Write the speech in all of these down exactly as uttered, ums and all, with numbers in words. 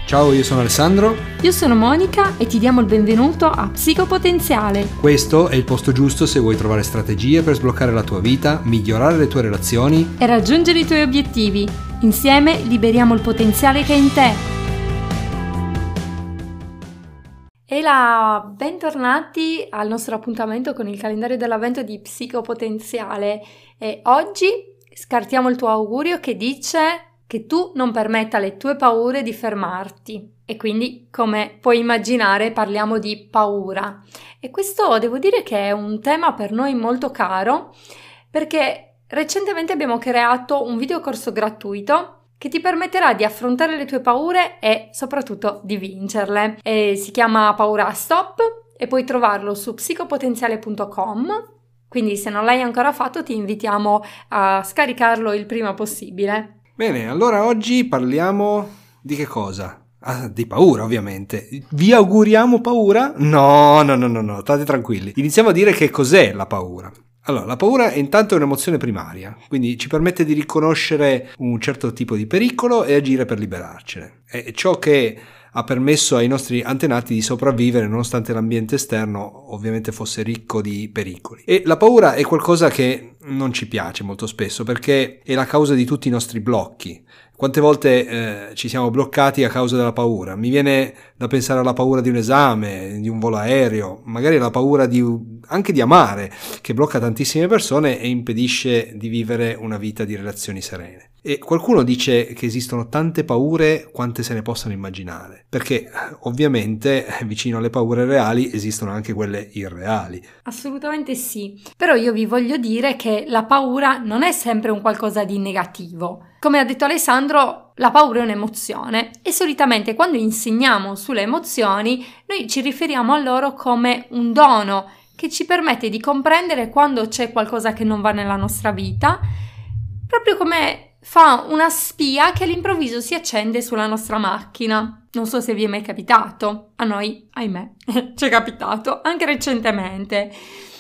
Ciao, io sono Alessandro. Io sono Monica e ti diamo il benvenuto a Psicopotenziale. Questo è il posto giusto se vuoi trovare strategie per sbloccare la tua vita, migliorare le tue relazioni e raggiungere i tuoi obiettivi. Insieme liberiamo il potenziale che è in te. E là, bentornati al nostro appuntamento con il calendario dell'avvento di Psicopotenziale. E oggi scartiamo il tuo augurio che dice che tu non permetta alle tue paure di fermarti. E quindi, come puoi immaginare, parliamo di paura. E questo devo dire che è un tema per noi molto caro, perché recentemente abbiamo creato un videocorso gratuito che ti permetterà di affrontare le tue paure e soprattutto di vincerle. E si chiama Paura Stop e puoi trovarlo su psicopotenziale punto com. Quindi se non l'hai ancora fatto ti invitiamo a scaricarlo il prima possibile. Bene, allora oggi parliamo di che cosa? Ah, di paura, ovviamente. Vi auguriamo paura? No, no, no, no, no, state tranquilli. Iniziamo a dire che cos'è la paura. Allora, la paura è intanto un'emozione primaria, quindi ci permette di riconoscere un certo tipo di pericolo e agire per liberarcene. È ciò che ha permesso ai nostri antenati di sopravvivere nonostante l'ambiente esterno ovviamente fosse ricco di pericoli. E la paura è qualcosa che non ci piace molto spesso perché è la causa di tutti i nostri blocchi. Quante volte eh, ci siamo bloccati a causa della paura? Mi viene da pensare alla paura di un esame, di un volo aereo, magari alla paura di, anche di amare, che blocca tantissime persone e impedisce di vivere una vita di relazioni serene. E qualcuno dice che esistono tante paure quante se ne possano immaginare, perché ovviamente vicino alle paure reali esistono anche quelle irreali. Assolutamente sì, però io vi voglio dire che la paura non è sempre un qualcosa di negativo. Come ha detto Alessandro, la paura è un'emozione e solitamente quando insegniamo sulle emozioni noi ci riferiamo a loro come un dono che ci permette di comprendere quando c'è qualcosa che non va nella nostra vita, proprio come fa una spia che all'improvviso si accende sulla nostra macchina. Non so se vi è mai capitato, a noi, ahimè, ci è capitato anche recentemente.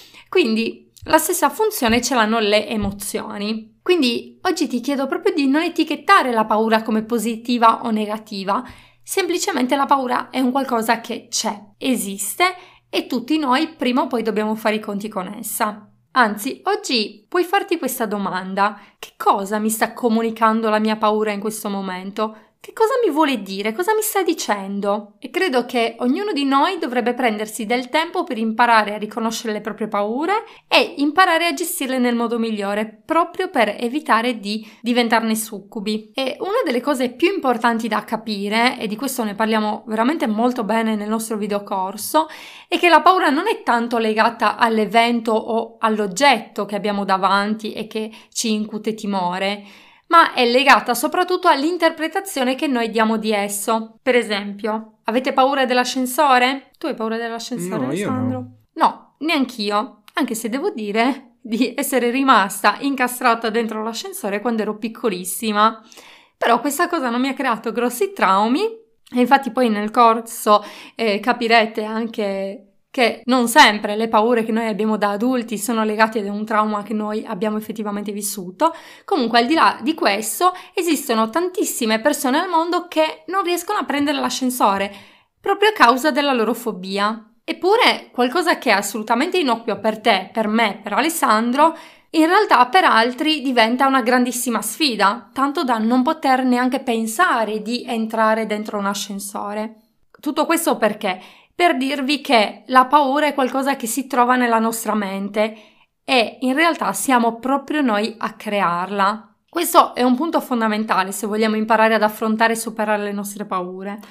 Quindi la stessa funzione ce l'hanno le emozioni. Quindi oggi ti chiedo proprio di non etichettare la paura come positiva o negativa, semplicemente la paura è un qualcosa che c'è, esiste e tutti noi prima o poi dobbiamo fare i conti con essa. Anzi, oggi puoi farti questa domanda: che cosa mi sta comunicando la mia paura in questo momento? Che cosa mi vuole dire? Cosa mi sta dicendo? E credo che ognuno di noi dovrebbe prendersi del tempo per imparare a riconoscere le proprie paure e imparare a gestirle nel modo migliore, proprio per evitare di diventarne succubi. E una delle cose più importanti da capire, e di questo ne parliamo veramente molto bene nel nostro videocorso, è che la paura non è tanto legata all'evento o all'oggetto che abbiamo davanti e che ci incute timore, ma è legata soprattutto all'interpretazione che noi diamo di esso. Per esempio, avete paura dell'ascensore? Tu hai paura dell'ascensore, No, Alessandro? io no. No, neanch'io, anche se devo dire di essere rimasta incastrata dentro l'ascensore quando ero piccolissima. Però questa cosa non mi ha creato grossi traumi e infatti poi nel corso eh, capirete anche che non sempre le paure che noi abbiamo da adulti sono legate ad un trauma che noi abbiamo effettivamente vissuto. Comunque, al di là di questo, esistono tantissime persone al mondo che non riescono a prendere l'ascensore proprio a causa della loro fobia. Eppure, qualcosa che è assolutamente innocuo per te, per me, per Alessandro, in realtà per altri diventa una grandissima sfida, tanto da non poter neanche pensare di entrare dentro un ascensore. Tutto questo perché? Per dirvi che la paura è qualcosa che si trova nella nostra mente e in realtà siamo proprio noi a crearla. Questo è un punto fondamentale se vogliamo imparare ad affrontare e superare le nostre paure.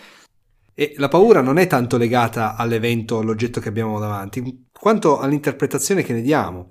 E la paura non è tanto legata all'evento o all'oggetto che abbiamo davanti, quanto all'interpretazione che ne diamo.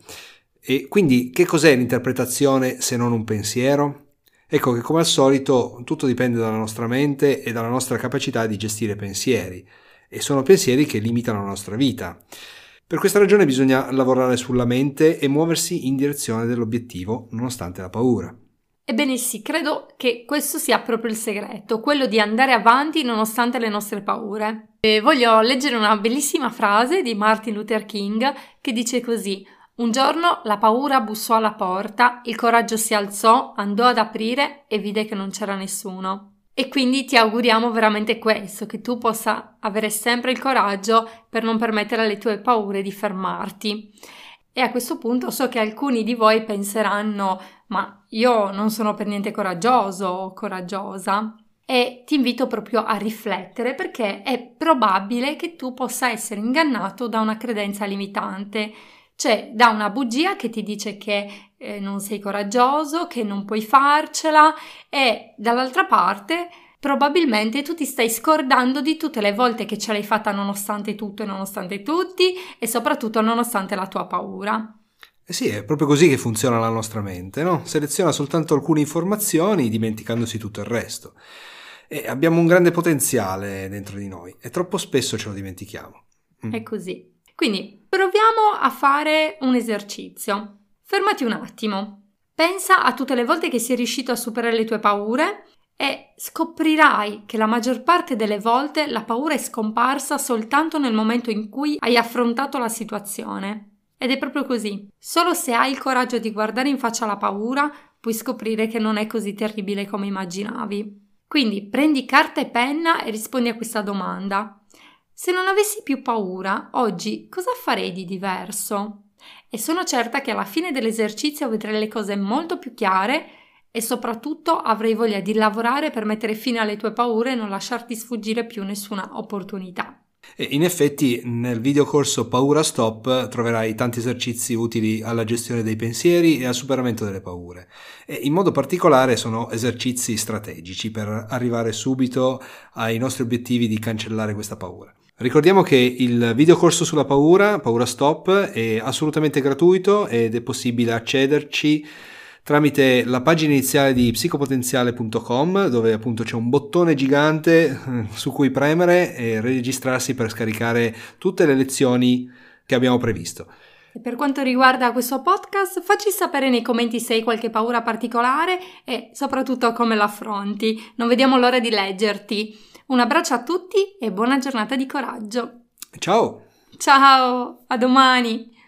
E quindi che cos'è l'interpretazione se non un pensiero? Ecco che come al solito tutto dipende dalla nostra mente e dalla nostra capacità di gestire pensieri. E sono pensieri che limitano la nostra vita. Per questa ragione bisogna lavorare sulla mente e muoversi in direzione dell'obiettivo nonostante la paura. Ebbene sì, credo che questo sia proprio il segreto, quello di andare avanti nonostante le nostre paure. E voglio leggere una bellissima frase di Martin Luther King che dice così: un giorno la paura bussò alla porta, il coraggio si alzò, andò ad aprire e vide che non c'era nessuno. E quindi ti auguriamo veramente questo, che tu possa avere sempre il coraggio per non permettere alle tue paure di fermarti. E a questo punto so che alcuni di voi penseranno: ma io non sono per niente coraggioso o coraggiosa. E ti invito proprio a riflettere, perché è probabile che tu possa essere ingannato da una credenza limitante, cioè da una bugia che ti dice che eh, non sei coraggioso, che non puoi farcela, e dall'altra parte probabilmente tu ti stai scordando di tutte le volte che ce l'hai fatta nonostante tutto e nonostante tutti, e soprattutto nonostante la tua paura. Eh sì, è proprio così che funziona la nostra mente, no? Seleziona soltanto alcune informazioni, dimenticandosi tutto il resto. E abbiamo un grande potenziale dentro di noi e troppo spesso ce lo dimentichiamo. Mm. È così. Quindi proviamo a fare un esercizio. Fermati un attimo. Pensa a tutte le volte che sei riuscito a superare le tue paure e scoprirai che la maggior parte delle volte la paura è scomparsa soltanto nel momento in cui hai affrontato la situazione. Ed è proprio così. Solo se hai il coraggio di guardare in faccia la paura, puoi scoprire che non è così terribile come immaginavi. Quindi prendi carta e penna e rispondi a questa domanda. Se non avessi più paura, oggi cosa farei di diverso? E sono certa che alla fine dell'esercizio vedrai le cose molto più chiare e soprattutto avrai voglia di lavorare per mettere fine alle tue paure e non lasciarti sfuggire più nessuna opportunità. E in effetti nel videocorso Paura Stop troverai tanti esercizi utili alla gestione dei pensieri e al superamento delle paure. E in modo particolare sono esercizi strategici per arrivare subito ai nostri obiettivi di cancellare questa paura. Ricordiamo che il videocorso sulla paura, Paura Stop, è assolutamente gratuito ed è possibile accederci tramite la pagina iniziale di psicopotenziale punto com, dove appunto c'è un bottone gigante su cui premere e registrarsi per scaricare tutte le lezioni che abbiamo previsto. E per quanto riguarda questo podcast, facci sapere nei commenti se hai qualche paura particolare e soprattutto come la affronti. Non vediamo l'ora di leggerti. Un abbraccio a tutti e buona giornata di coraggio. Ciao! Ciao, a domani!